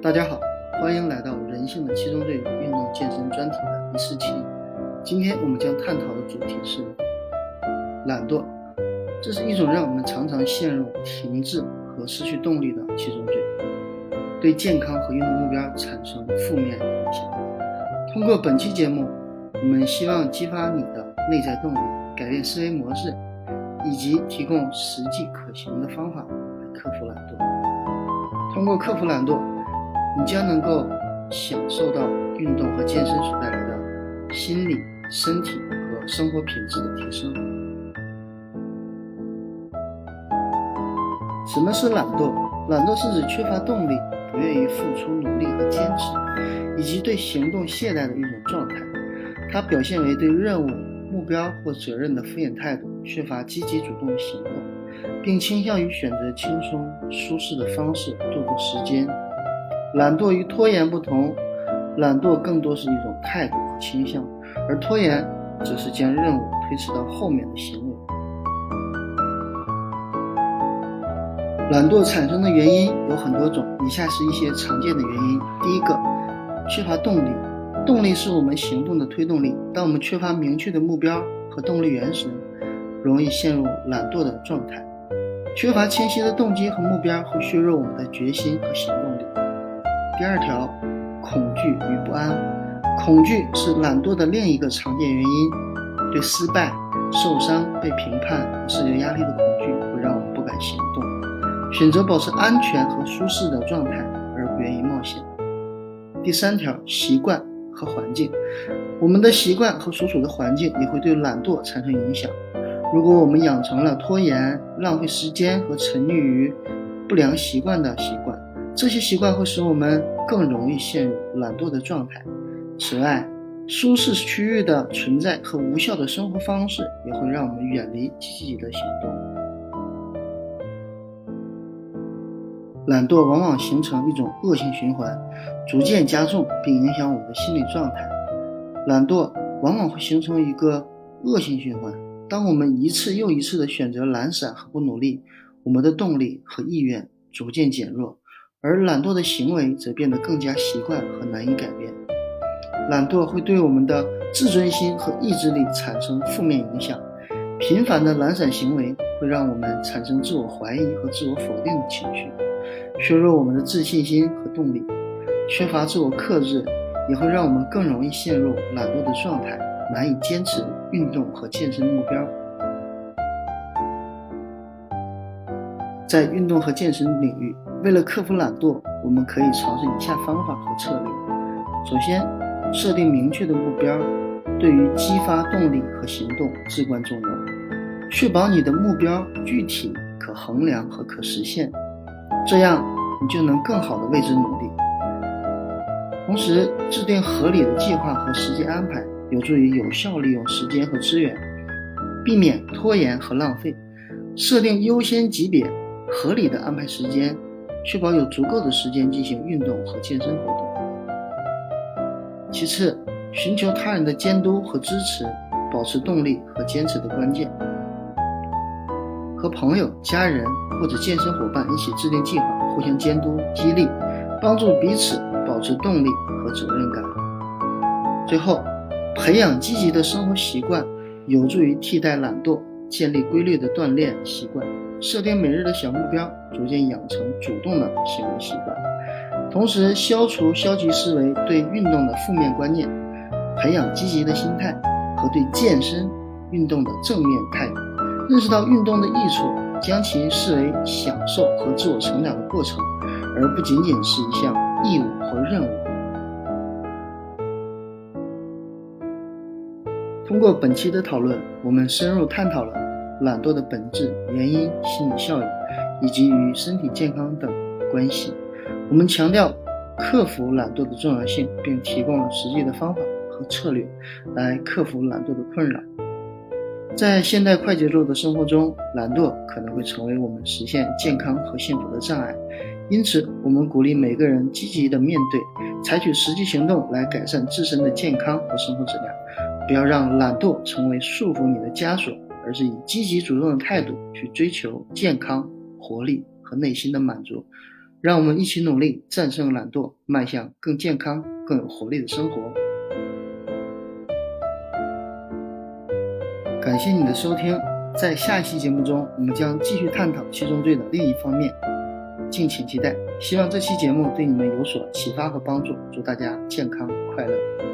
大家好，欢迎来到人性的七宗罪运动健身专题的第4期。今天我们将探讨的主题是懒惰，这是一种让我们常常陷入停滞和失去动力的七宗罪，对健康和运动目标产生负面影响。通过本期节目，我们希望激发你的内在动力，改变思维模式，以及提供实际可行的方法来克服懒惰。通过克服懒惰，你将能够享受到运动和健身所带来的心理、身体和生活品质的提升。什么是懒惰？懒惰是指缺乏动力，不愿意付出努力和坚持，以及对行动懈怠的一种状态。它表现为对任务、目标或责任的敷衍态度，缺乏积极主动的行动，并倾向于选择轻松舒适的方式度过时间。懒惰与拖延不同，懒惰更多是一种态度和倾向，而拖延则是将任务推迟到后面的行为。懒惰产生的原因有很多种，以下是一些常见的原因。第一个，缺乏动力。动力是我们行动的推动力，当我们缺乏明确的目标和动力源时，容易陷入懒惰的状态。缺乏清晰的动机和目标会削弱我们的决心和行动力。第二条，恐惧与不安。恐惧是懒惰的另一个常见原因，对失败、受伤、被评判和社交压力的恐惧会让我们不敢行动，选择保持安全和舒适的状态，而不愿意冒险。第三条，习惯和环境。我们的习惯和所处的环境也会对懒惰产生影响。如果我们养成了拖延、浪费时间和沉溺于不良习惯的习惯，这些习惯会使我们更容易陷入懒惰的状态。此外，舒适区域的存在和无效的生活方式也会让我们远离积极的行动。懒惰往往形成一种恶性循环，逐渐加重并影响我们的心理状态。懒惰往往会形成一个恶性循环，当我们一次又一次地选择懒散和不努力，我们的动力和意愿逐渐减弱，而懒惰的行为则变得更加习惯和难以改变。懒惰会对我们的自尊心和意志力产生负面影响，频繁的懒散行为会让我们产生自我怀疑和自我否定的情绪，削弱我们的自信心和动力。缺乏自我克制也会让我们更容易陷入懒惰的状态，难以坚持运动和健身目标。在运动和健身领域，为了克服懒惰，我们可以尝试以下方法和策略。首先，设定明确的目标，对于激发动力和行动至关重要。确保你的目标具体、可衡量和可实现，这样你就能更好地为之努力。同时，制定合理的计划和时间安排，有助于有效利用时间和资源，避免拖延和浪费。设定优先级别，合理的安排时间，确保有足够的时间进行运动和健身活动。其次，寻求他人的监督和支持，保持动力和坚持的关键。和朋友、家人或者健身伙伴一起制定计划，互相监督、激励，帮助彼此保持动力和责任感。最后，培养积极的生活习惯，有助于替代懒惰，建立规律的锻炼习惯，设定每日的小目标，逐渐养成主动的行为习惯。同时，消除消极思维对运动的负面观念，培养积极的心态和对健身运动的正面态度，认识到运动的益处，将其视为享受和自我成长的过程，而不仅仅是一项义务或任务。通过本期的讨论，我们深入探讨了懒惰的本质、原因、心理效应以及与身体健康等关系。我们强调克服懒惰的重要性，并提供了实际的方法和策略来克服懒惰的困扰。在现代快节奏的生活中，懒惰可能会成为我们实现健康和幸福的障碍，因此我们鼓励每个人积极的面对，采取实际行动来改善自身的健康和生活质量。不要让懒惰成为束缚你的枷锁，而是以积极主动的态度去追求健康、活力和内心的满足。 让我们一起努力战胜懒惰，迈向更健康、更有活力的生活。感谢你的收听，在下一期节目中，我们将继续探讨七宗罪的另一方面，敬请期待。希望这期节目对你们有所启发和帮助，祝大家健康快乐。